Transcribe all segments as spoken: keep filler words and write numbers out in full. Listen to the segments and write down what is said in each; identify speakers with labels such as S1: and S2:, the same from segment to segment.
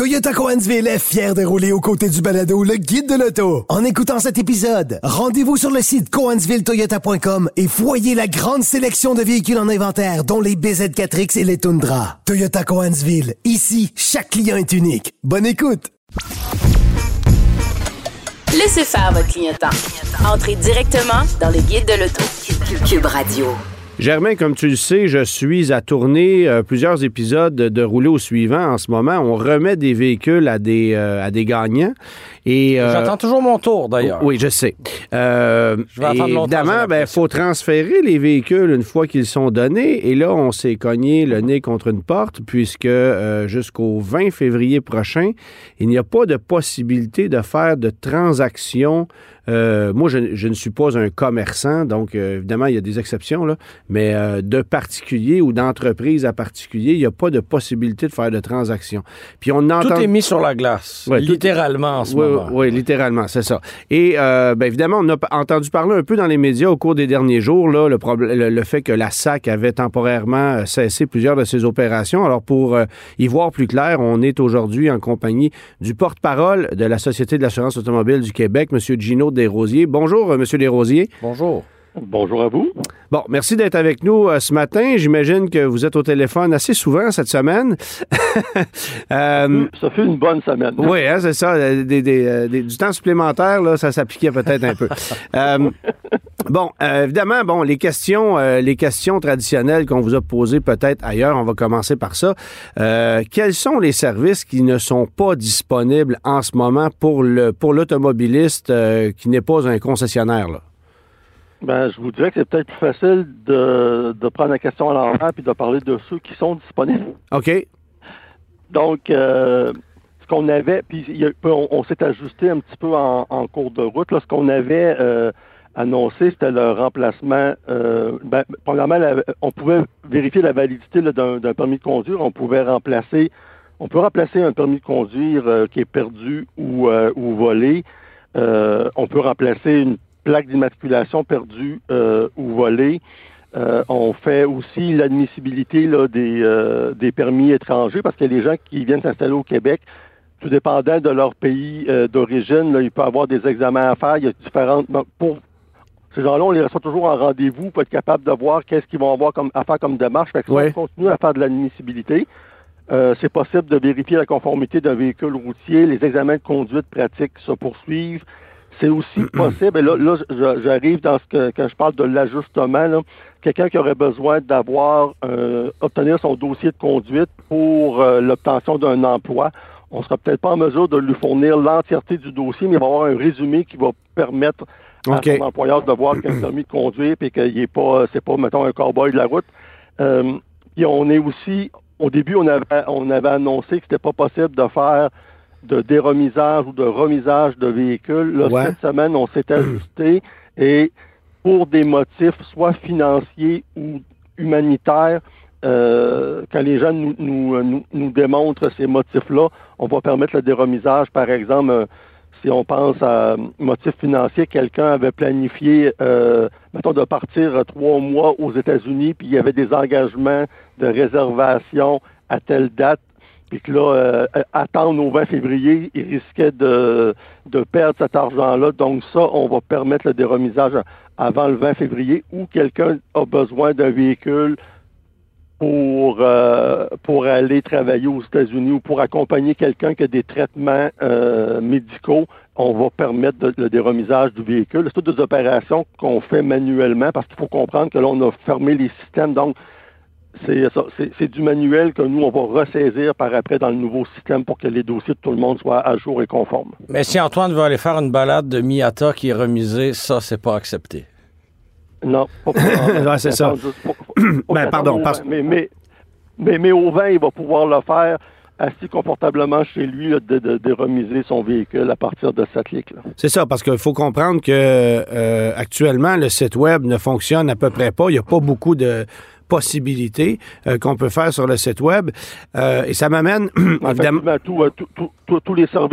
S1: Toyota Cohensville est fier de rouler aux côtés du balado Le Guide de l'auto. En écoutant cet épisode, rendez-vous sur le site cohensville toyota point com et voyez la grande sélection de véhicules en inventaire, dont les B Z quatre X et les Tundra. Toyota Cohensville. Ici, chaque client est unique. Bonne écoute!
S2: Laissez faire votre clientèle. Entrez directement dans le Guide de l'auto. Cube Radio.
S3: Germain, comme tu le sais, je suis à tourner euh, plusieurs épisodes de Rouler au suivant en ce moment. On remet des véhicules à des, euh, à des gagnants. Et, euh,
S4: J'attends toujours mon tour, d'ailleurs.
S3: Oui, je sais. Euh,
S4: je vais attendre longtemps.
S3: Évidemment, il faut transférer les véhicules une fois qu'ils sont donnés. Et là, on s'est cogné le nez contre une porte puisque euh, jusqu'au vingt février prochain, il n'y a pas de possibilité de faire de transactions. Euh, moi, je, je ne suis pas un commerçant, donc euh, évidemment, il y a des exceptions, là, mais euh, de particulier ou d'entreprise à particulier, il n'y a pas de possibilité de faire de transactions. Puis on entend...
S4: Tout est mis sur la glace, ouais, littéralement en ce
S3: oui,
S4: moment.
S3: Oui, littéralement, c'est ça. Et euh, bien évidemment, on a entendu parler un peu dans les médias au cours des derniers jours, là, le, problème, le, le fait que la S A C avait temporairement cessé plusieurs de ses opérations. Alors, pour euh, y voir plus clair, on est aujourd'hui en compagnie du porte-parole de la Société de l'assurance automobile du Québec, M. Gino Desrosiers. Bonjour, M. Desrosiers.
S4: Bonjour.
S5: Bonjour à vous.
S3: Bon, merci d'être avec nous euh, ce matin. J'imagine que vous êtes au téléphone assez souvent cette semaine.
S5: euh, ça fait une bonne semaine.
S3: Oui, hein, c'est ça. Des, des, des, du temps supplémentaire, là, ça s'appliquait peut-être un peu. euh, bon, euh, évidemment, bon, les questions, euh, les questions traditionnelles qu'on vous a posées peut-être ailleurs, on va commencer par ça. Euh, quels sont les services qui ne sont pas disponibles en ce moment pour le pour l'automobiliste euh, qui n'est pas un concessionnaire, là?
S5: Ben, je vous dirais que c'est peut-être plus facile de, de prendre la question à l'envers puis de parler de ceux qui sont disponibles.
S3: OK.
S5: Donc, euh, ce qu'on avait, puis il y a, on, on s'est ajusté un petit peu en, en cours de route. Là, ce qu'on avait euh, annoncé, c'était le remplacement. Euh, ben, premièrement, la, on pouvait vérifier la validité là, d'un, d'un permis de conduire. On pouvait remplacer, on peut remplacer un permis de conduire euh, qui est perdu ou, euh, ou volé. Euh, on peut remplacer une plaque d'immatriculation perdue euh, ou volée. Euh, on fait aussi l'admissibilité là, des, euh, des permis étrangers parce que les gens qui viennent s'installer au Québec, tout dépendant de leur pays euh, d'origine, là, il peut y avoir des examens à faire. Il y a différentes... Pour ces gens-là, on les reçoit toujours en rendez-vous pour être capable de voir qu'est-ce qu'ils vont avoir comme, à faire comme démarche. Fait que si ouais. on continue à faire de l'admissibilité, euh, c'est possible de vérifier la conformité d'un véhicule routier. Les examens de conduite pratique se poursuivent. C'est aussi possible, et là, là j'arrive dans ce que, quand je parle de l'ajustement, là, quelqu'un qui aurait besoin d'avoir, euh, obtenir son dossier de conduite pour euh, l'obtention d'un emploi, on ne sera peut-être pas en mesure de lui fournir l'entièreté du dossier, mais il va avoir un résumé qui va permettre okay. à son employeur de voir qu'il a un permis de conduire et qu'il n'est pas, c'est pas, mettons, un cow-boy de la route. Euh, puis on est aussi, au début, on avait, on avait annoncé que c'était pas possible de faire de déremisage ou de remisage de véhicules. Là, ouais. Cette semaine, on s'est ajusté et pour des motifs soit financiers ou humanitaires, euh, quand les gens nous, nous, nous, nous démontrent ces motifs-là, on va permettre le déremisage. Par exemple, euh, si on pense à motif financier, quelqu'un avait planifié, euh, mettons, de partir trois mois aux États-Unis, puis il y avait des engagements de réservation à telle date, puis que là, euh, attendre au vingt février, il risquait de, de perdre cet argent-là. Donc ça, on va permettre le déremisage avant le vingt février, ou quelqu'un a besoin d'un véhicule pour euh, pour aller travailler aux États-Unis ou pour accompagner quelqu'un qui a des traitements euh, médicaux. On va permettre de, le déremisage du véhicule. C'est toutes des opérations qu'on fait manuellement parce qu'il faut comprendre que là, on a fermé les systèmes. Donc, C'est, ça, c'est, c'est du manuel que nous, on va ressaisir par après dans le nouveau système pour que les dossiers de tout le monde soient à jour et conformes.
S4: Mais si Antoine veut aller faire une balade de Miata qui est remisée, ça, c'est pas accepté.
S5: Non, pas pour
S3: ouais, c'est ça.
S5: Juste, faut, faut
S3: ben, pardon. Parce...
S5: Mais, mais, mais, mais au vent, il va pouvoir le faire assis confortablement chez lui là, de, de, de remiser son véhicule à partir de cette ligue.
S3: C'est ça, parce qu'il faut comprendre que euh, actuellement, le site web ne fonctionne à peu près pas. Il n'y a pas beaucoup de possibilités euh, qu'on peut faire sur le site web. Euh, et ça m'amène, évidemment...
S5: Tout, tout, tout, tout, tous les services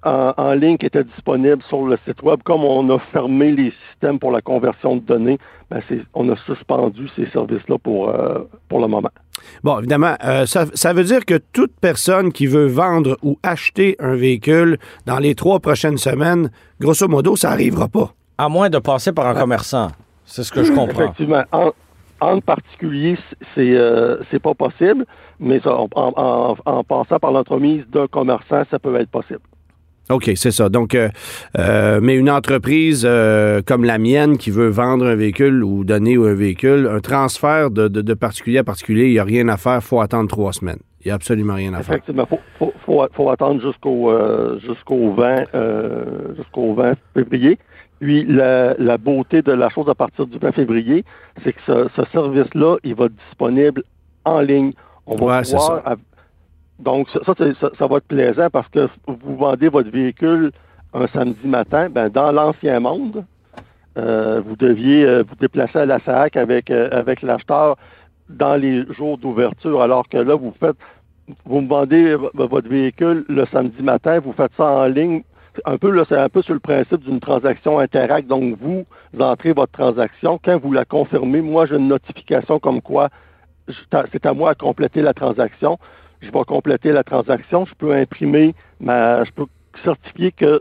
S5: en, en ligne qui étaient disponibles sur le site web. Comme on a fermé les systèmes pour la conversion de données, ben c'est, on a suspendu ces services-là pour, euh, pour le moment.
S3: Bon, évidemment, euh, ça, ça veut dire que toute personne qui veut vendre ou acheter un véhicule dans les trois prochaines semaines, grosso modo, ça n'arrivera pas.
S4: À moins de passer par un commerçant. C'est ce que je comprends.
S5: Effectivement. En, en particulier, c'est, euh, c'est pas possible, mais ça, en, en, en passant par l'entremise d'un commerçant, ça peut être possible.
S3: OK, c'est ça. Donc, euh, euh, mais une entreprise euh, comme la mienne qui veut vendre un véhicule ou donner un véhicule, un transfert de, de, de particulier à particulier, il n'y a rien à faire, il faut attendre trois semaines. Il n'y a absolument rien à faire.
S5: Effectivement, il faut, faut, faut, faut attendre jusqu'au, euh, jusqu'au, vingt, euh, jusqu'au vingt février. Puis, la, la beauté de la chose à partir du vingt février, c'est que ce, ce service-là, il va être disponible en ligne. On va
S3: ouais,
S5: pouvoir...
S3: c'est ça.
S5: Donc, ça, ça, ça, ça va être plaisant parce que vous vendez votre véhicule un samedi matin. Ben, dans l'ancien monde, euh, vous deviez euh, vous déplacer à la S A A C avec, euh, avec l'acheteur dans les jours d'ouverture, alors que là, vous faites, vous me vendez v- votre véhicule le samedi matin, vous faites ça en ligne. Un peu, là, c'est un peu sur le principe d'une transaction Interact. Donc, vous, vous entrez votre transaction. Quand vous la confirmez, moi, j'ai une notification comme quoi je, c'est à moi à compléter la transaction. Je vais compléter la transaction, je peux imprimer ma, je peux certifier que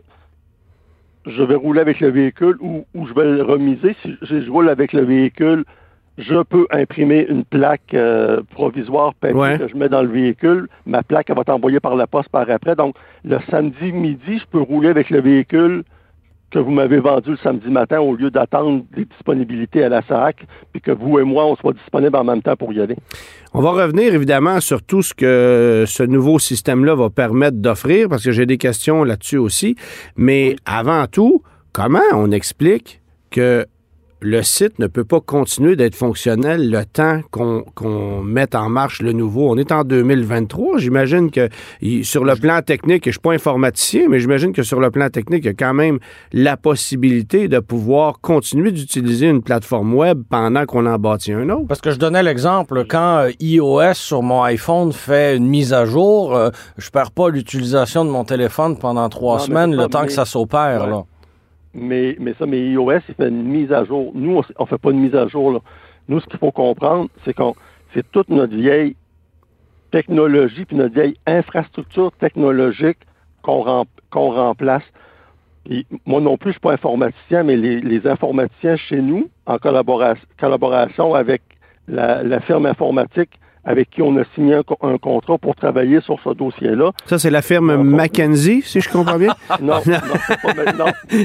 S5: je vais rouler avec le véhicule ou, ou je vais le remiser. Si je, je roule avec le véhicule, je peux imprimer une plaque euh, provisoire papier
S3: ouais.
S5: que je mets dans le véhicule. Ma plaque, elle va être envoyée par la poste par après. Donc, le samedi midi, je peux rouler avec le véhicule que vous m'avez vendu le samedi matin au lieu d'attendre les disponibilités à la S A A C, puis que vous et moi, on soit disponibles en même temps pour y aller.
S3: On va revenir évidemment sur tout ce que ce nouveau système-là va permettre d'offrir, parce que j'ai des questions là-dessus aussi. Mais oui. Avant tout, comment on explique que le site ne peut pas continuer d'être fonctionnel le temps qu'on, qu'on mette en marche le nouveau? On est en deux mille vingt-trois. J'imagine que sur le plan technique, je ne suis pas informaticien, mais j'imagine que sur le plan technique, il y a quand même la possibilité de pouvoir continuer d'utiliser une plateforme web pendant qu'on en bâtit un autre.
S4: Parce que je donnais l'exemple, quand iOS sur mon iPhone fait une mise à jour, euh, je ne perds pas l'utilisation de mon téléphone pendant trois non, semaines, le temps mais... que ça s'opère. Ouais. Là.
S5: Mais, mais ça, mais iOS, il fait une mise à jour. Nous, on ne fait pas une mise à jour. Là. Nous, ce qu'il faut comprendre, c'est qu'on c'est toute notre vieille technologie puis notre vieille infrastructure technologique qu'on, rem, qu'on remplace. Puis, moi non plus, je ne suis pas informaticien, mais les, les informaticiens chez nous, en collaboration, collaboration avec la, la firme informatique avec qui on a signé un, un contrat pour travailler sur ce dossier-là.
S3: Ça, c'est la firme euh, McKinsey, si je comprends bien?
S5: non, non, c'est pas,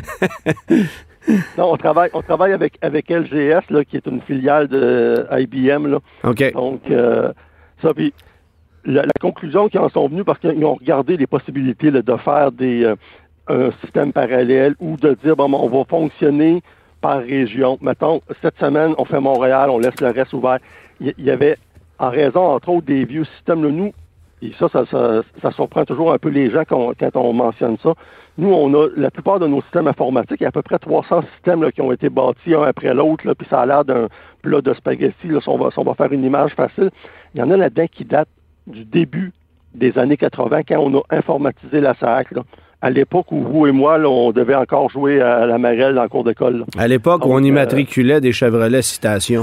S5: non. non, on travaille, on travaille avec, avec L G S, là, qui est une filiale de I B M. Là.
S3: OK.
S5: Donc, euh, ça, puis la, la conclusion qu'ils en sont venus, parce qu'ils ont regardé les possibilités là, de faire des, euh, un système parallèle ou de dire, bon, on va fonctionner par région. Mettons, cette semaine, on fait Montréal, on laisse le reste ouvert. Il y, y avait en raison, entre autres, des vieux systèmes, là, nous, et ça, ça, ça, ça surprend toujours un peu les gens quand on, quand on mentionne ça. Nous, on a la plupart de nos systèmes informatiques, il y a à peu près trois cents systèmes là, qui ont été bâtis un après l'autre, là, puis ça a l'air d'un plat de spaghettis, là, si on va, si on va faire une image facile. Il y en a là-dedans qui datent du début des années quatre-vingts, quand on a informatisé la S A A C, là. À l'époque où vous et moi, là, on devait encore jouer à la marelle dans le cours d'école. Là.
S3: À l'époque Donc, où on immatriculait euh... des Chevrolet Citation.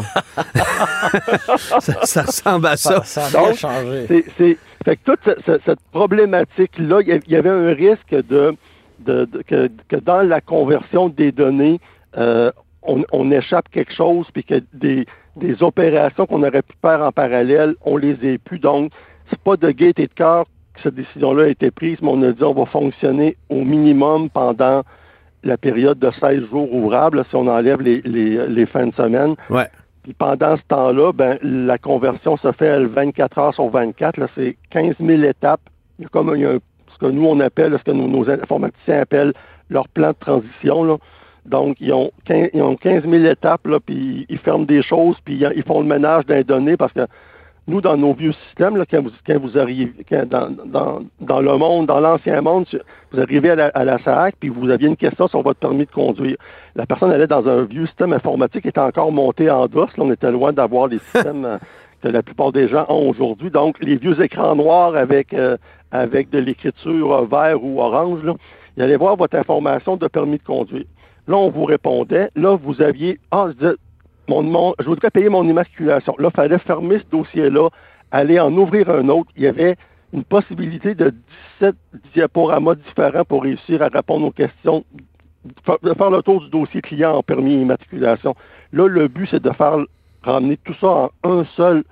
S3: ça, ça ressemble à ça.
S4: Ça, ça a bien changé.
S5: C'est, c'est, fait que toute cette, cette problématique-là, il y avait un risque de, de, de que, que dans la conversion des données, euh, on, on échappe quelque chose, puis que des, des opérations qu'on aurait pu faire en parallèle, on les ait plus. Donc, c'est pas de gaieté de cœur que cette décision-là a été prise, mais on a dit on va fonctionner au minimum pendant la période de seize jours ouvrables, là, si on enlève les, les, les fins de semaine.
S3: Ouais.
S5: Puis pendant ce temps-là, ben la conversion se fait vingt-quatre heures sur vingt-quatre. Là, c'est quinze mille étapes. Il y a comme il y a un, ce que nous, on appelle, ce que nos, nos informaticiens appellent leur plan de transition. Là. Donc, ils ont quinze, ils ont quinze mille étapes, là, puis ils ferment des choses, puis ils font le ménage d'un données parce que nous, dans nos vieux systèmes, là, quand vous, quand vous arrivez quand dans, dans, dans le monde, dans l'ancien monde, vous arrivez à la, à la S A A C, puis vous aviez une question sur votre permis de conduire. La personne allait dans un vieux système informatique qui était encore monté en dos. Là, on était loin d'avoir des systèmes que la plupart des gens ont aujourd'hui. Donc, les vieux écrans noirs avec, euh, avec de l'écriture euh, vert ou orange, là, il allait voir votre information de permis de conduire. Là, on vous répondait. Là, vous aviez, ah, je disais, mon, mon, je voudrais payer mon immatriculation. Là, il fallait fermer ce dossier-là, aller en ouvrir un autre. Il y avait une possibilité de dix-sept diaporamas différents pour réussir à répondre aux questions, de faire le tour du dossier client en permis et immatriculation. Là, le but, c'est de faire ramener tout ça en un seul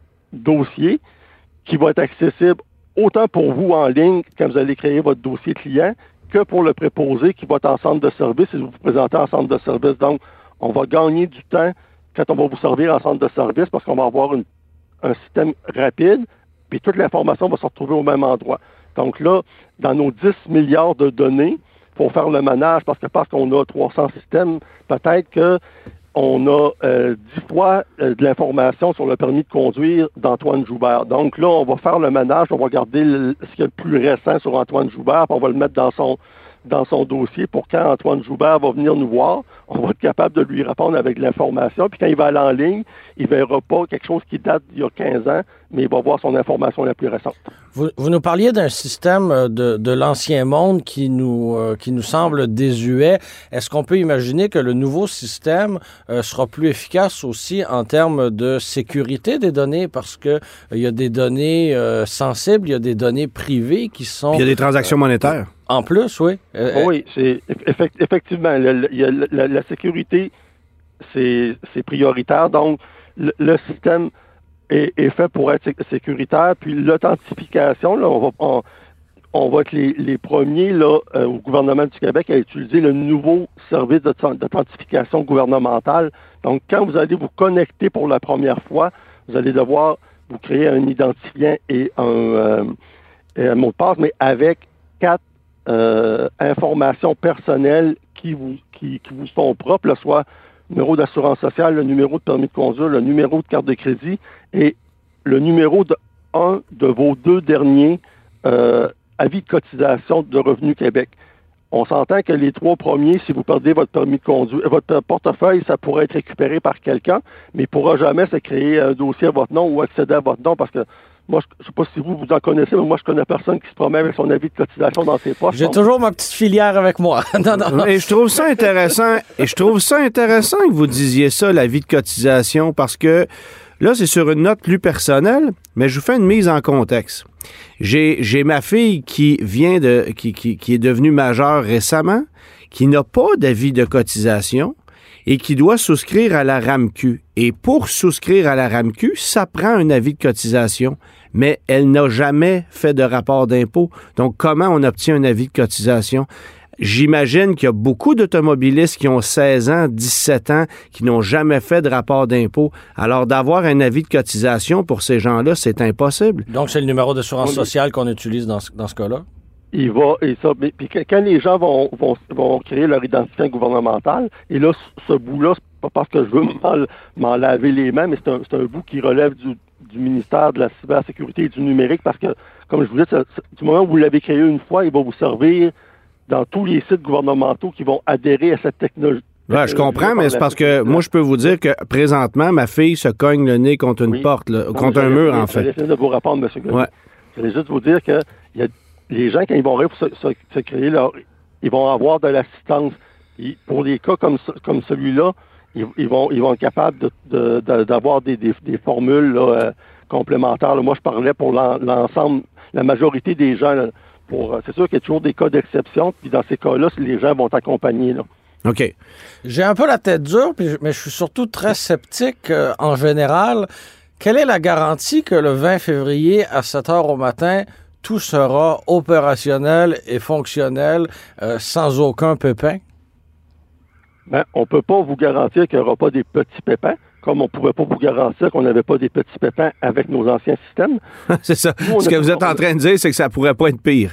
S5: dossier qui va être accessible autant pour vous en ligne quand vous allez créer votre dossier client que pour le préposé qui va être en centre de service et vous vous présentez en centre de service. Donc, on va gagner du temps quand on va vous servir en centre de service parce qu'on va avoir une, un système rapide puis toute l'information va se retrouver au même endroit. Donc là, dans nos dix milliards de données, il faut faire le ménage parce que parce qu'on a trois cents systèmes, peut-être que on a euh, dix fois euh, de l'information sur le permis de conduire d'Antoine Joubert. Donc là, on va faire le ménage, on va garder le, ce qu'il y a de plus récent sur Antoine Joubert, puis on va le mettre dans son dans son dossier pour quand Antoine Joubert va venir nous voir, on va être capable de lui répondre avec de l'information. Puis quand il va aller en ligne, il ne verra pas quelque chose qui date d'il y a quinze ans, mais il va voir son information la plus récente.
S4: Vous, vous nous parliez d'un système de, de l'ancien monde qui nous, euh, qui nous semble désuet. Est-ce qu'on peut imaginer que le nouveau système euh, sera plus efficace aussi en termes de sécurité des données? Parce que euh, il y a des données euh, sensibles, il y a des données privées qui sont...
S3: Puis il y a des transactions euh, monétaires.
S4: En plus, oui.
S5: Euh, oui, c'est effectivement, le, le, y a la, la sécurité, c'est prioritaire. Donc, le, le système est, est fait pour être sécuritaire. Puis l'authentification, là, on va, on, on va être les, les premiers là, euh, au gouvernement du Québec à utiliser le nouveau service d'authentification gouvernementale. Donc, quand vous allez vous connecter pour la première fois, vous allez devoir vous créer un identifiant et un, euh, et un mot de passe, mais avec quatre Euh, informations personnelles qui vous qui, qui vous sont propres, là, soit le numéro d'assurance sociale, le numéro de permis de conduire, le numéro de carte de crédit et le numéro de un de vos deux derniers euh, avis de cotisation de Revenu Québec. On s'entend que les trois premiers, si vous perdez votre permis de conduire, votre portefeuille, ça pourrait être récupéré par quelqu'un, mais il ne pourra jamais se créer un dossier à votre nom ou accéder à votre nom parce que moi, je ne sais pas si vous, vous en connaissez, mais moi, je connais personne qui se promène avec son avis de cotisation dans ses poches.
S4: J'ai toujours ma petite filière avec moi. non, non.
S3: Et je trouve ça intéressant. Et je trouve ça intéressant que vous disiez ça, l'avis de cotisation, parce que là, c'est sur une note plus personnelle, mais je vous fais une mise en contexte. J'ai j'ai ma fille qui vient de qui, qui, qui est devenue majeure récemment, qui n'a pas d'avis de cotisation et qui doit souscrire à la R A M Q. Et pour souscrire à la R A M Q, ça prend un avis de cotisation, mais elle n'a jamais fait de rapport d'impôt. Donc, comment on obtient un avis de cotisation? J'imagine qu'il y a beaucoup d'automobilistes qui ont seize ans, dix-sept ans, qui n'ont jamais fait de rapport d'impôt. Alors, d'avoir un avis de cotisation pour ces gens-là, c'est impossible.
S4: Donc, c'est le numéro d'assurance sociale qu'on utilise dans ce, dans ce cas-là?
S5: Il va, et ça, mais, puis quand les gens vont, vont, vont créer leur identifiant gouvernemental, et là, ce bout-là, c'est pas parce que je veux m'en laver les mains, mais c'est un, un bout qui relève du, du ministère de la cybersécurité et du numérique, parce que, comme je vous disais, du moment où vous l'avez créé une fois, il va vous servir dans tous les sites gouvernementaux qui vont adhérer à cette technologie.
S3: Ouais, je comprends, mais c'est parce que moi, je peux vous dire que présentement, ma fille se cogne le nez contre une oui. porte, là, non, contre un mur, en fait.
S5: J'essaie de vous répondre, M. Gagné. Ouais. Je voulais juste vous dire que il y a les gens, quand ils vont se, se, se créer, là, ils vont avoir de l'assistance. Pour les cas comme, comme celui-là, ils, ils, vont, ils vont être capables de, de, d'avoir des, des, des formules là, euh, complémentaires. Là. Moi, je parlais pour l'ensemble, la majorité des gens. Là, pour, c'est sûr qu'il y a toujours des cas d'exception, puis dans ces cas-là, les gens vont accompagner. Là.
S3: OK.
S4: J'ai un peu la tête dure, puis, mais je suis surtout très sceptique euh, en général. Quelle est la garantie que le vingt février, à sept heures au matin, tout sera opérationnel et fonctionnel euh, sans aucun pépin?
S5: Ben, on ne peut pas vous garantir qu'il n'y aura pas des petits pépins, comme on ne pouvait pas vous garantir qu'on n'avait pas des petits pépins avec nos anciens systèmes.
S3: C'est ça. Nous, Ce que vous êtes en train de dire, c'est que ça ne pourrait pas être pire.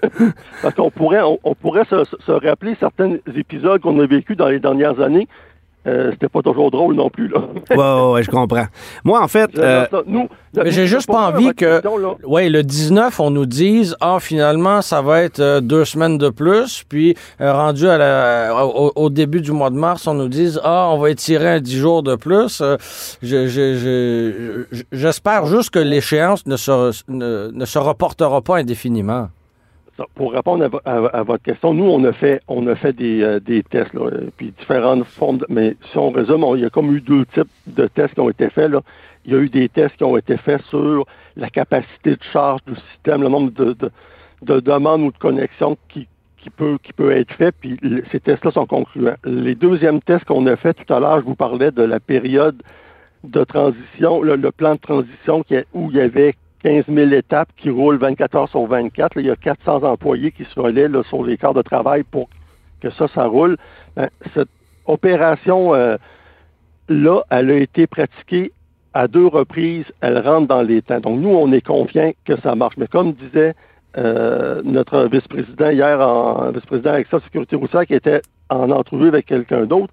S5: Parce qu'on pourrait, on, on pourrait se, se rappeler certains épisodes qu'on a vécus dans les dernières années. euh, c'était pas toujours drôle non plus, là.
S3: Oui, ouais, ouais, je comprends. Moi, en fait... Euh...
S5: Nous,
S4: mais j'ai juste pas envie que... Oui, le dix-neuf, on nous dise, ah, finalement, ça va être euh, deux semaines de plus, puis euh, rendu à la, au, au début du mois de mars, on nous dise, ah, on va étirer un dix jours de plus. Euh, je, je, je, j'espère juste que l'échéance ne se, ne, ne se reportera pas indéfiniment.
S5: Pour répondre à, à, à votre question, nous, on a fait, on a fait des, euh, des tests, là, puis différentes formes. De, mais si on résume, on, il y a comme eu deux types de tests qui ont été faits, là. Il y a eu des tests qui ont été faits sur la capacité de charge du système, le nombre de, de, de demandes ou de connexions qui, qui, peut, qui peut être fait, puis le, ces tests-là sont concluants. Les deuxièmes tests qu'on a fait tout à l'heure, je vous parlais de la période de transition, le, le plan de transition qui, où il y avait quinze mille étapes qui roulent vingt-quatre heures sur vingt-quatre. Là, il y a quatre cents employés qui se relaient là, sur les quarts de travail pour que ça, ça roule. Ben, cette opération euh, là, elle a été pratiquée à deux reprises. Elle rentre dans les temps. Donc, nous, on est confiants que ça marche. Mais comme disait euh, notre vice-président hier, en vice-président avec ça, Sécurité routière, qui était en entrevue avec quelqu'un d'autre,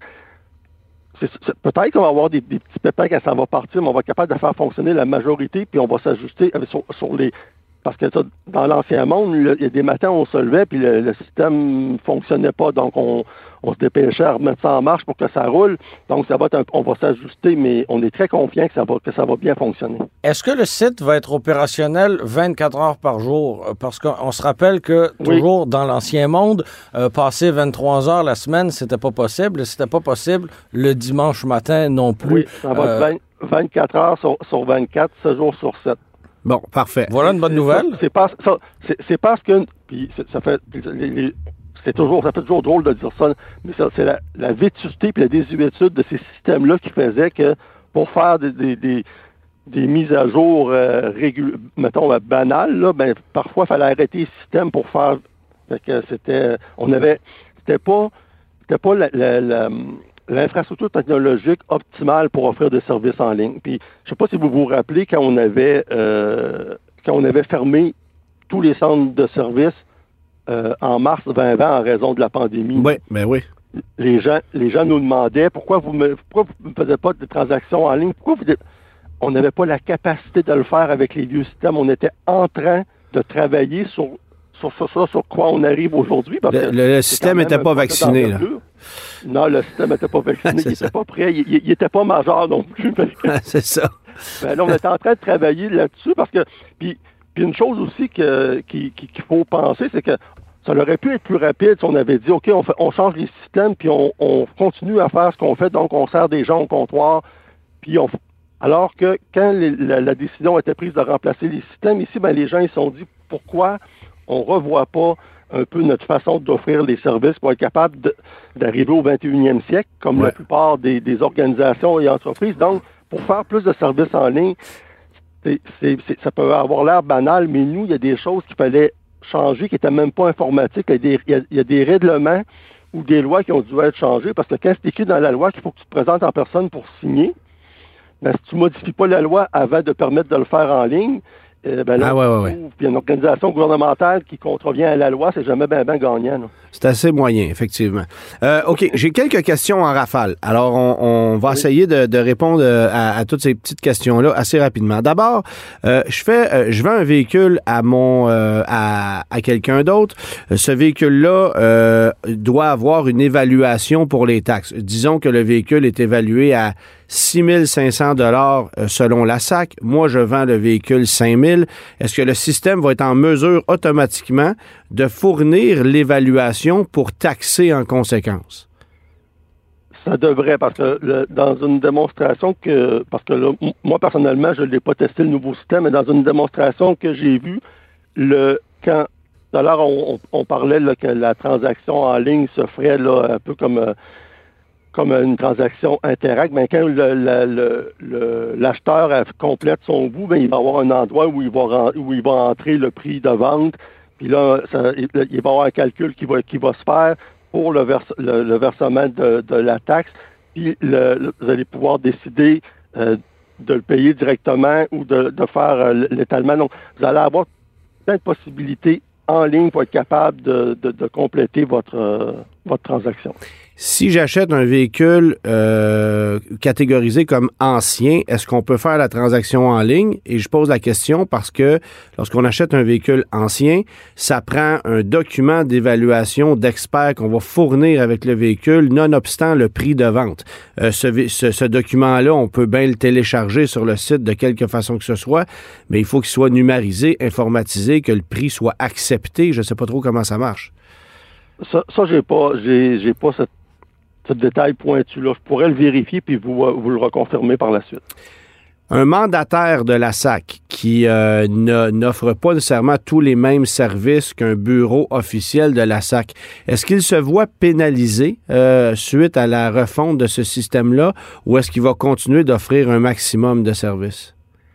S5: C'est, c'est, peut-être qu'on va avoir des, des petits pépins quand ça va partir, mais on va être capable de faire fonctionner la majorité, puis on va s'ajuster avec, sur, sur les... Parce que ça, dans l'ancien monde, le, il y a des matins, on se levait, puis le, le système ne fonctionnait pas. Donc, on, on se dépêchait à remettre ça en marche pour que ça roule. Donc, ça va être un, on va s'ajuster, mais on est très confiant que ça va, que ça va bien fonctionner.
S4: Est-ce que le site va être opérationnel vingt-quatre heures par jour? Parce qu'on se rappelle que toujours oui. Dans l'ancien monde, euh, passer vingt-trois heures la semaine, c'était pas possible. C'était pas possible le dimanche matin non plus.
S5: Oui, ça va être euh... vingt-quatre heures sur, sur vingt-quatre, sept jours sur sept.
S3: Bon, parfait.
S4: Voilà une bonne nouvelle.
S5: C'est parce, ça, c'est, c'est parce que, puis ça fait, les, les, c'est toujours, ça fait toujours drôle de dire ça, mais ça, c'est la, la vétusté puis la désuétude de ces systèmes-là qui faisait que pour faire des, des, des, des mises à jour, euh, régul, mettons, euh, banales, là, ben, parfois, il fallait arrêter le système pour faire, fait que c'était, on avait, c'était pas, c'était pas la, la, la l'infrastructure technologique optimale pour offrir des services en ligne. Puis, je sais pas si vous vous rappelez quand on avait euh, quand on avait fermé tous les centres de services euh, en mars vingt vingt en raison de la pandémie.
S3: Oui, ben oui.
S5: Les gens, les gens nous demandaient pourquoi vous me pourquoi vous ne faisiez pas de transactions en ligne, pourquoi vous on n'avait pas la capacité de le faire avec les vieux systèmes. On était en train de travailler sur sur ça, sur, sur quoi on arrive aujourd'hui. Parce
S3: le,
S5: que
S3: le, le système n'était pas vacciné, là.
S5: Non, le système n'était pas vacciné. Il n'était pas prêt. Il n'était pas majeur non plus.
S3: C'est ça.
S5: Ben là, on est en train de travailler là-dessus parce que... Puis, puis une chose aussi que, qui, qui, qu'il faut penser, c'est que ça aurait pu être plus rapide si on avait dit, OK, on, fait, on change les systèmes, puis on, on continue à faire ce qu'on fait, donc on sert des gens au comptoir, puis on... Alors que quand les, la, la décision a été prise de remplacer les systèmes, ici, ben les gens ils se sont dit, pourquoi on revoit pas un peu notre façon d'offrir les services pour être capable de, d'arriver au vingt et unième siècle, comme ouais. La plupart des, des organisations et entreprises. Donc, pour faire plus de services en ligne, c'est, c'est, c'est, ça peut avoir l'air banal, mais nous, il y a des choses qu'il fallait changer qui n'étaient même pas informatiques. Il y, a des, il, y a, il y a des règlements ou des lois qui ont dû être changées parce que quand c'est écrit dans la loi qu'il faut que tu te présentes en personne pour signer, ben, si tu ne modifies pas la loi avant de permettre de le faire en ligne, Euh, ben là,
S3: ah ouais, ouais, ouais.
S5: Puis il y a une organisation gouvernementale qui contrevient à la loi, c'est jamais bien ben gagnant. Là.
S3: C'est assez moyen, effectivement. Euh, OK, j'ai quelques questions en rafale. Alors, on, on va oui. essayer de, de répondre à, à toutes ces petites questions-là assez rapidement. D'abord, euh, je fais, euh, je vends un véhicule à mon, euh, à, à quelqu'un d'autre. Ce véhicule-là euh, doit avoir une évaluation pour les taxes. Disons que le véhicule est évalué à six mille cinq cents dollars selon la S A C. Moi, je vends le véhicule cinq mille. Est-ce que le système va être en mesure automatiquement de fournir l'évaluation pour taxer en conséquence?
S5: Ça devrait, parce que le, dans une démonstration que, parce que là, moi, personnellement, je ne l'ai pas testé le nouveau système, mais dans une démonstration que j'ai vue, le, quand, tout à l'heure, on, on parlait là, que la transaction en ligne se ferait là, un peu comme... Euh, comme une transaction Interact, ben quand le, le, le, le, l'acheteur complète son bout, ben il va avoir un endroit où il va où il va entrer le prix de vente, puis là, ça, il, il va y avoir un calcul qui va qui va se faire pour le, verse, le, le versement de, de la taxe, puis le, le, vous allez pouvoir décider euh, de le payer directement ou de, de faire euh, l'étalement. Donc, vous allez avoir plein de possibilités en ligne pour être capable de, de, de compléter votre, euh, votre transaction.
S3: Si j'achète un véhicule euh, catégorisé comme ancien, est-ce qu'on peut faire la transaction en ligne? Et je pose la question parce que lorsqu'on achète un véhicule ancien, ça prend un document d'évaluation d'expert qu'on va fournir avec le véhicule, nonobstant le prix de vente. Euh, ce, ce, ce document-là, on peut bien le télécharger sur le site de quelque façon que ce soit, mais il faut qu'il soit numérisé, informatisé, que le prix soit accepté. Je ne sais pas trop comment ça marche.
S5: Ça, ça j'ai pas, j'ai, j'ai pas cette ce détail pointu-là. Je pourrais le vérifier puis vous, vous le reconfirmer par la suite.
S3: Un mandataire de la S A C qui euh, ne, n'offre pas nécessairement tous les mêmes services qu'un bureau officiel de la S A C, est-ce qu'il se voit pénalisé euh, suite à la refonte de ce système-là ou est-ce qu'il va continuer d'offrir un maximum de services?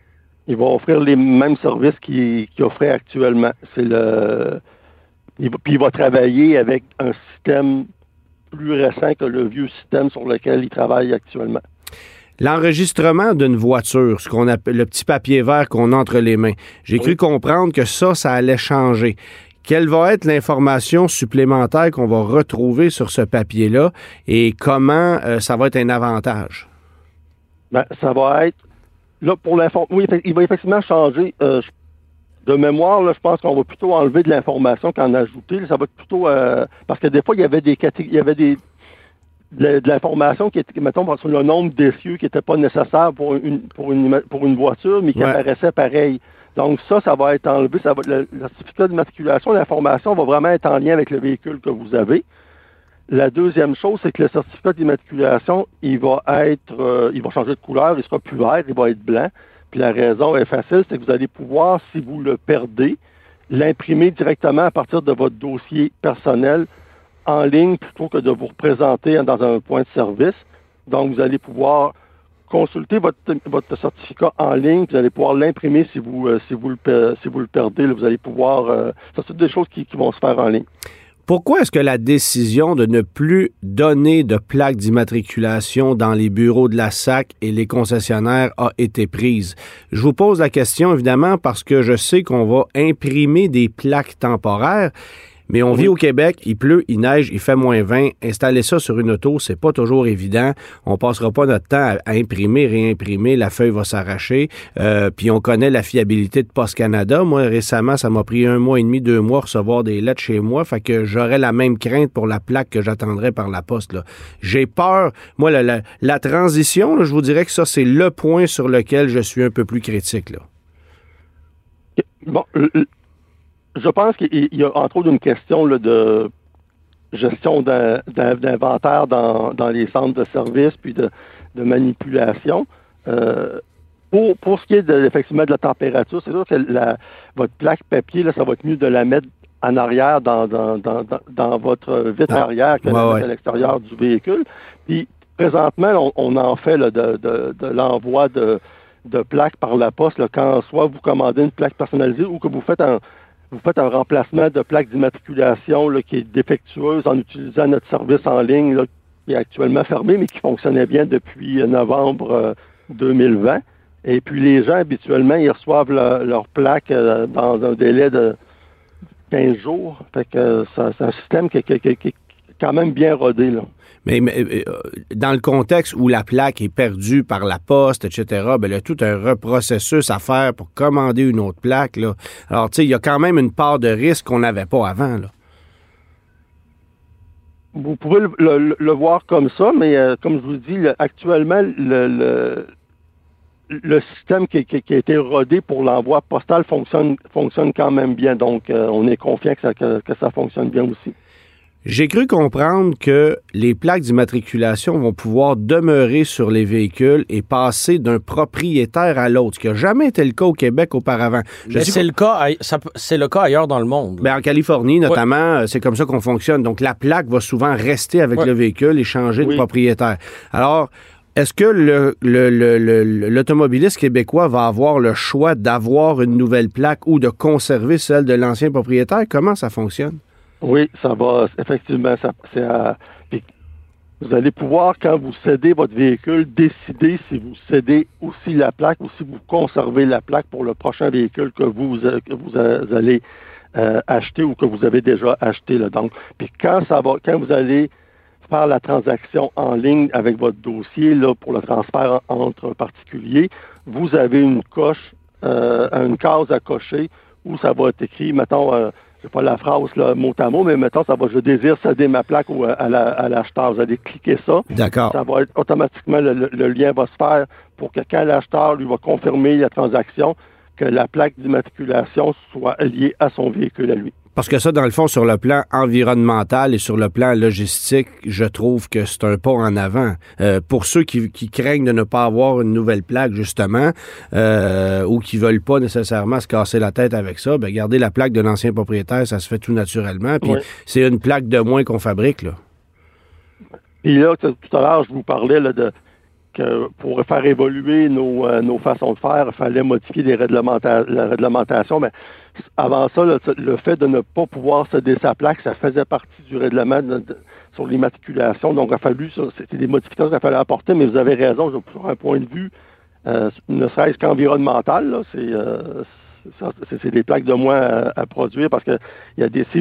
S5: Il va offrir les mêmes services qu'il, qu'il offrait actuellement. C'est le, il va, puis il va travailler avec un système plus récent que le vieux système sur lequel il travaille actuellement.
S3: L'enregistrement d'une voiture, ce qu'on appelle le petit papier vert qu'on a entre les mains, j'ai oui. cru comprendre que ça, ça allait changer. Quelle va être l'information supplémentaire qu'on va retrouver sur ce papier-là et comment euh, ça va être un avantage?
S5: Ben, ça va être... Là, pour l'information... Oui, il va effectivement changer. Euh, de mémoire, là, je pense qu'on va plutôt enlever de l'information qu'en ajouter. Là, ça va être plutôt... Euh, parce que des fois, il y avait des catég- il y avait des... De, de l'information qui était, mettons, sur le nombre d'essieux qui n'était pas nécessaire pour une, pour une, pour une voiture, mais qui ouais. apparaissait pareil. Donc ça, ça va être enlevé. Ça va, le, le certificat d'immatriculation, l'information va vraiment être en lien avec le véhicule que vous avez. La deuxième chose, c'est que le certificat d'immatriculation, il va être, euh, il va changer de couleur, il sera plus vert, il va être blanc. Puis la raison est facile, c'est que vous allez pouvoir, si vous le perdez, l'imprimer directement à partir de votre dossier personnel en ligne plutôt que de vous représenter dans un point de service. Donc, vous allez pouvoir consulter votre, votre certificat en ligne, vous allez pouvoir l'imprimer si vous, euh, si vous, le, si vous le perdez. Là, vous allez pouvoir... Euh, ça, c'est des choses qui, qui vont se faire en ligne.
S3: Pourquoi est-ce que la décision de ne plus donner de plaques d'immatriculation dans les bureaux de la S A C et les concessionnaires a été prise? Je vous pose la question, évidemment, parce que je sais qu'on va imprimer des plaques temporaires, mais on oui. vit au Québec, il pleut, il neige, il fait moins vingt. Installer ça sur une auto, c'est pas toujours évident. On passera pas notre temps à, à imprimer, réimprimer, la feuille va s'arracher. Euh, puis on connaît la fiabilité de Post Canada. Moi, récemment, ça m'a pris un mois et demi, deux mois recevoir des lettres chez moi. Fait que j'aurais la même crainte pour la plaque que j'attendrais par la poste. Là. J'ai peur. Moi, la, la, la transition, là, je vous dirais que ça, c'est le point sur lequel je suis un peu plus critique. Là.
S5: Bon, le... Je pense qu'il y a entre autres une question là, de gestion d'un, d'un, d'inventaire dans, dans les centres de services puis de, de manipulation. Euh, pour, pour ce qui est de, effectivement de la température, c'est sûr que la, votre plaque papier, là, ça va être mieux de la mettre en arrière dans, dans, dans, dans, dans votre vitre ah, arrière que ouais, la mettre ouais. à l'extérieur du véhicule. Puis présentement, on, on en fait là, de, de, de l'envoi de, de plaques par la poste là, quand soit vous commandez une plaque personnalisée ou que vous faites un Vous faites un remplacement de plaque d'immatriculation là, qui est défectueuse en utilisant notre service en ligne là, qui est actuellement fermé, mais qui fonctionnait bien depuis novembre euh, deux mille vingt. Et puis les gens, habituellement, ils reçoivent leur, leur plaque euh, dans un délai de quinze jours. Fait que euh, ça, c'est un système qui, qui, qui, qui est quand même bien rodé, là.
S3: Mais, mais euh, dans le contexte où la plaque est perdue par la poste, et cetera, ben, il y a tout un reprocessus à faire pour commander une autre plaque, là. Alors, tu sais, il y a quand même une part de risque qu'on n'avait pas avant, là.
S5: Vous pouvez le, le, le voir comme ça, mais euh, comme je vous dis, le, actuellement, le, le, le système qui, qui, qui a été rodé pour l'envoi postal fonctionne, fonctionne quand même bien. Donc, euh, on est confiant que ça, que, que ça fonctionne bien aussi.
S3: J'ai cru comprendre que les plaques d'immatriculation vont pouvoir demeurer sur les véhicules et passer d'un propriétaire à l'autre, ce qui n'a jamais été le cas au Québec auparavant.
S4: Je Mais c'est, le cas, ça, c'est le cas ailleurs dans le monde.
S3: Bien, en Californie, notamment, ouais. c'est comme ça qu'on fonctionne. Donc, la plaque va souvent rester avec ouais. le véhicule et changer oui. de propriétaire. Alors, est-ce que le, le, le, le, l'automobiliste québécois va avoir le choix d'avoir une nouvelle plaque ou de conserver celle de l'ancien propriétaire? Comment ça fonctionne?
S5: Oui, ça va, effectivement, ça, c'est à, vous allez pouvoir, quand vous cédez votre véhicule, décider si vous cédez aussi la plaque ou si vous conservez la plaque pour le prochain véhicule que vous, que vous allez euh, acheté ou que vous avez déjà acheté. Là. Donc, puis quand ça va, quand vous allez faire la transaction en ligne avec votre dossier là, pour le transfert entre particuliers, vous avez une coche, euh, une case à cocher où ça va être écrit, mettons, euh, je sais pas la phrase là, mot à mot, mais mettons, ça va, je désire céder ma plaque ou à, la, à l'acheteur. Vous allez cliquer ça.
S3: D'accord.
S5: Ça va être automatiquement, le, le, le lien va se faire pour que quand l'acheteur lui va confirmer la transaction, que la plaque d'immatriculation soit liée à son véhicule à lui.
S3: Parce que ça, dans le fond, sur le plan environnemental et sur le plan logistique, je trouve que c'est un pas en avant. Euh, pour ceux qui, qui craignent de ne pas avoir une nouvelle plaque, justement, euh, ou qui veulent pas nécessairement se casser la tête avec ça, ben garder la plaque de l'ancien propriétaire, ça se fait tout naturellement. Puis oui. C'est une plaque de moins qu'on fabrique, là.
S5: Puis là, tout à l'heure, je vous parlais là, de que pour faire évoluer nos, euh, nos façons de faire, il fallait modifier les réglementa- la réglementation. Mais avant ça, le, le fait de ne pas pouvoir céder sa plaque, ça faisait partie du règlement de, de, sur l'immatriculation. Donc, il a fallu, ça, c'était des modifications qu'il a fallu apporter, mais vous avez raison, sur un point de vue, euh, ne serait-ce qu'environnemental, là, c'est, euh, c'est, c'est des plaques de moins à, à produire parce que il y a des...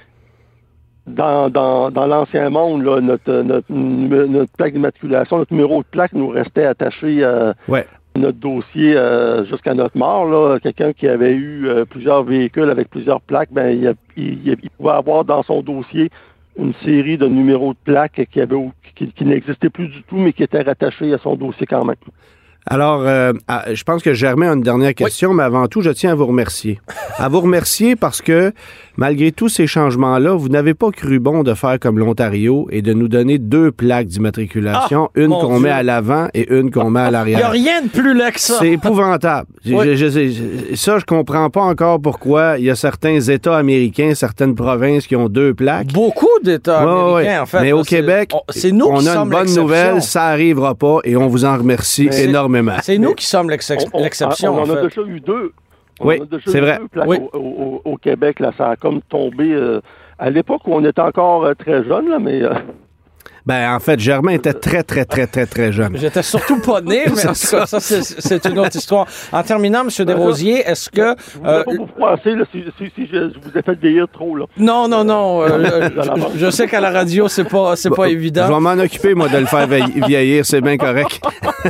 S5: Dans, dans, dans l'ancien monde, là, notre, notre, notre plaque d'immatriculation, notre numéro de plaque nous restait attaché à
S3: ouais.
S5: notre dossier euh, jusqu'à notre mort. Là. Quelqu'un qui avait eu euh, plusieurs véhicules avec plusieurs plaques, ben, il, il, il pouvait avoir dans son dossier une série de numéros de plaques qui, avait, qui, qui n'existaient plus du tout, mais qui étaient rattachés à son dossier quand même.
S3: Alors, euh, je pense que Germain a une dernière question, oui. Mais avant tout, je tiens à vous remercier. À vous remercier parce que, malgré tous ces changements-là, vous n'avez pas cru bon de faire comme l'Ontario et de nous donner deux plaques d'immatriculation, ah, une qu'on Dieu. met à l'avant et une qu'on met à l'arrière.
S4: Il n'y a rien de plus laid que ça.
S3: C'est épouvantable. Oui. Je, je, je, ça, je comprends pas encore pourquoi il y a certains États américains, certaines provinces qui ont deux plaques.
S4: Beaucoup d'États
S3: ouais,
S4: américains,
S3: ouais.
S4: en fait.
S3: Mais au Québec,
S4: on, c'est nous
S3: on
S4: qui
S3: a
S4: sommes
S3: une bonne nouvelle, ça n'arrivera pas et on vous en remercie mais énormément.
S4: C'est nous qui sommes l'exception.
S5: On, on,
S4: l'exception,
S5: on en,
S4: en fait.
S5: a déjà eu deux. On
S3: oui,
S5: en a déjà
S3: c'est
S5: eu
S3: vrai.
S5: Deux plaques
S3: oui.
S5: au, au, au Québec, là, ça a comme tombé euh, à l'époque où on était encore euh, très jeune, là, mais... Euh...
S3: Ben, en fait, Germain était très, très, très, très, très jeune.
S4: J'étais surtout pas né, mais en tout cas, ça, c'est, c'est une autre histoire. En terminant, M. Desrosiers, est-ce que...
S5: Vous ne euh, pas vous froisser, là, si, si, si je, je vous ai fait vieillir trop, là.
S4: Non, non, non. Euh, je, je sais qu'à la radio, c'est pas, c'est bon, pas évident.
S3: Je vais m'en occuper, moi, de le faire vieillir, c'est bien correct.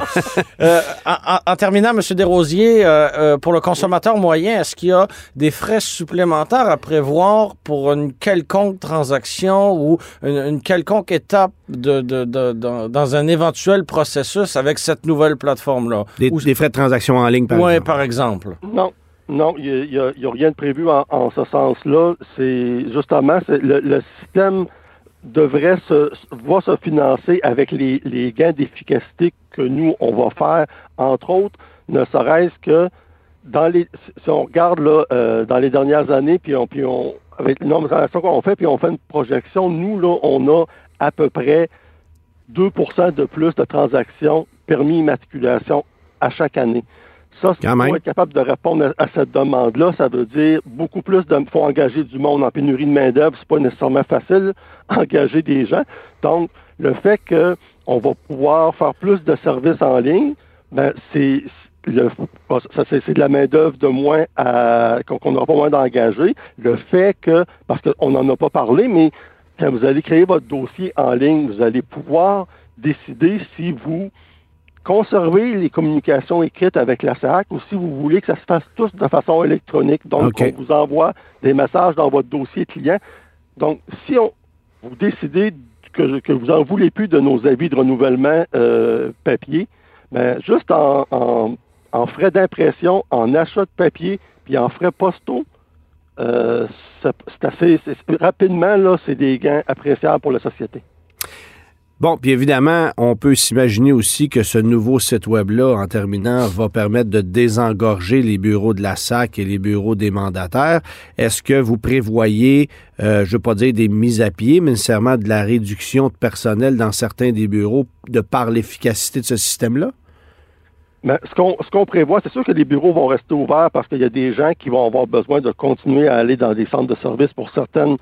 S4: euh, en, en terminant, M. Desrosiers, euh, euh, pour le consommateur moyen, est-ce qu'il y a des frais supplémentaires à prévoir pour une quelconque transaction ou une, une quelconque étape De, de, de, de, dans un éventuel processus avec cette nouvelle plateforme-là?
S3: Des,
S4: Ou...
S3: des frais de transaction en ligne, par
S4: ouais,
S3: exemple?
S4: Oui, par exemple.
S5: Non, non, il n'y a, a, a rien de prévu en, en ce sens-là. C'est justement, c'est, le, le système devrait se, va se financer avec les, les gains d'efficacité que nous, on va faire, entre autres, ne serait-ce que dans les, si on regarde là, euh, dans les dernières années, puis on, puis on, avec les nombre de transactions qu'on fait, puis on fait une projection, nous, là, on a à peu près deux pour cent de plus de transactions permis immatriculation à chaque année. Ça, c'est pour être capable de répondre à, à cette demande-là, ça veut dire beaucoup plus de... Il faut engager du monde en pénurie de main-d'œuvre, c'est pas nécessairement facile engager des gens. Donc, le fait qu'on va pouvoir faire plus de services en ligne, ben c'est... Le, ça, c'est, c'est de la main-d'œuvre de moins à, qu'on n'aura pas moins d'engager. Le fait que, parce qu'on n'en a pas parlé, mais quand vous allez créer votre dossier en ligne, vous allez pouvoir décider si vous conservez les communications écrites avec la S A C ou si vous voulez que ça se fasse tous de façon électronique. Donc, okay. On vous envoie des messages dans votre dossier client. Donc, si on, vous décidez que, que vous n'en voulez plus de nos avis de renouvellement euh, papier, ben, juste en, en, en frais d'impression, en achat de papier, puis en frais postaux, Euh, c'est, c'est assez c'est, rapidement, là, c'est des gains appréciables pour la société.
S3: Bon, puis évidemment, on peut s'imaginer aussi que ce nouveau site web-là, en terminant, va permettre de désengorger les bureaux de la S A C et les bureaux des mandataires. Est-ce que vous prévoyez, euh, je ne veux pas dire des mises à pied, mais nécessairement de la réduction de personnel dans certains des bureaux de par l'efficacité de ce système-là?
S5: Mais ce qu'on, ce qu'on prévoit, c'est sûr que les bureaux vont rester ouverts parce qu'il y a des gens qui vont avoir besoin de continuer à aller dans des centres de services pour certaines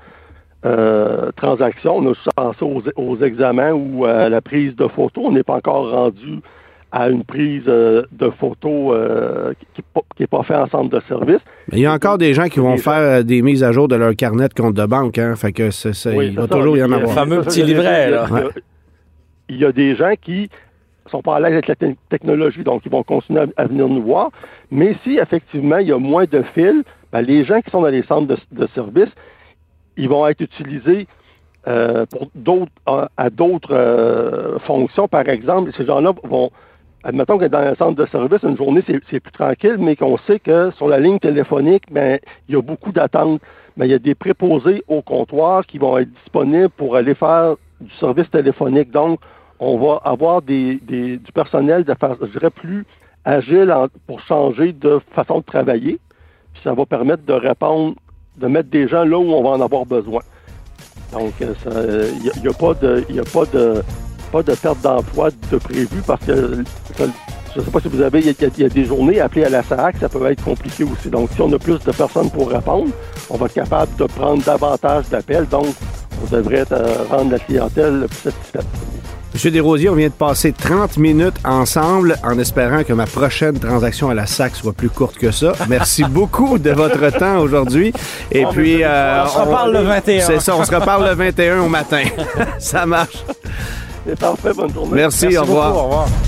S5: euh, transactions. On a pensé aux, aux examens ou à la prise de photos. On n'est pas encore rendu à une prise euh, de photos euh, qui n'est pas faite en centre de service.
S3: Mais il y a encore des gens qui vont faire des mises à jour de leur carnet de compte de banque, hein? Fait que c'est, c'est,
S5: oui,
S3: il va
S5: ça,
S3: toujours y en
S5: il,
S3: avoir.
S4: Le fameux petit livret, là.
S5: Il y, a, il y a des gens qui sont pas à l'aise avec la te- technologie, donc ils vont continuer à, à venir nous voir. Mais si, effectivement, il y a moins de fils, ben, les gens qui sont dans les centres de, de service, ils vont être utilisés euh, pour d'autres, à, à d'autres euh, fonctions. Par exemple, ces gens-là vont... Admettons que dans un centre de service, une journée, c'est, c'est plus tranquille, mais qu'on sait que sur la ligne téléphonique, ben, il y a beaucoup d'attentes. Ben, il y a des préposés au comptoir qui vont être disponibles pour aller faire du service téléphonique. Donc, on va avoir des, des, du personnel, de faire, je dirais, plus agile en, pour changer de façon de travailler. Puis ça va permettre de répondre, de mettre des gens là où on va en avoir besoin. Donc, il n'y a, y a pas de... Y a pas de pas de perte d'emploi de prévu parce que ça, je ne sais pas si vous avez, il y, y a des journées appelées à la S A A C, ça peut être compliqué aussi. Donc, si on a plus de personnes pour répondre, on va être capable de prendre davantage d'appels. Donc, on devrait euh, rendre la clientèle plus satisfaite.
S3: Monsieur Desrosiers, on vient de passer trente minutes ensemble en espérant que ma prochaine transaction à la S A C soit plus courte que ça. Merci beaucoup de votre temps aujourd'hui. Et
S4: on
S3: puis... Euh,
S4: on se reparle on, le vingt et un.
S3: C'est ça, on se reparle le vingt et un au matin. Ça marche.
S5: C'est parfait, bonne journée.
S3: Merci,
S4: Merci
S3: au revoir.
S4: Beaucoup, au revoir.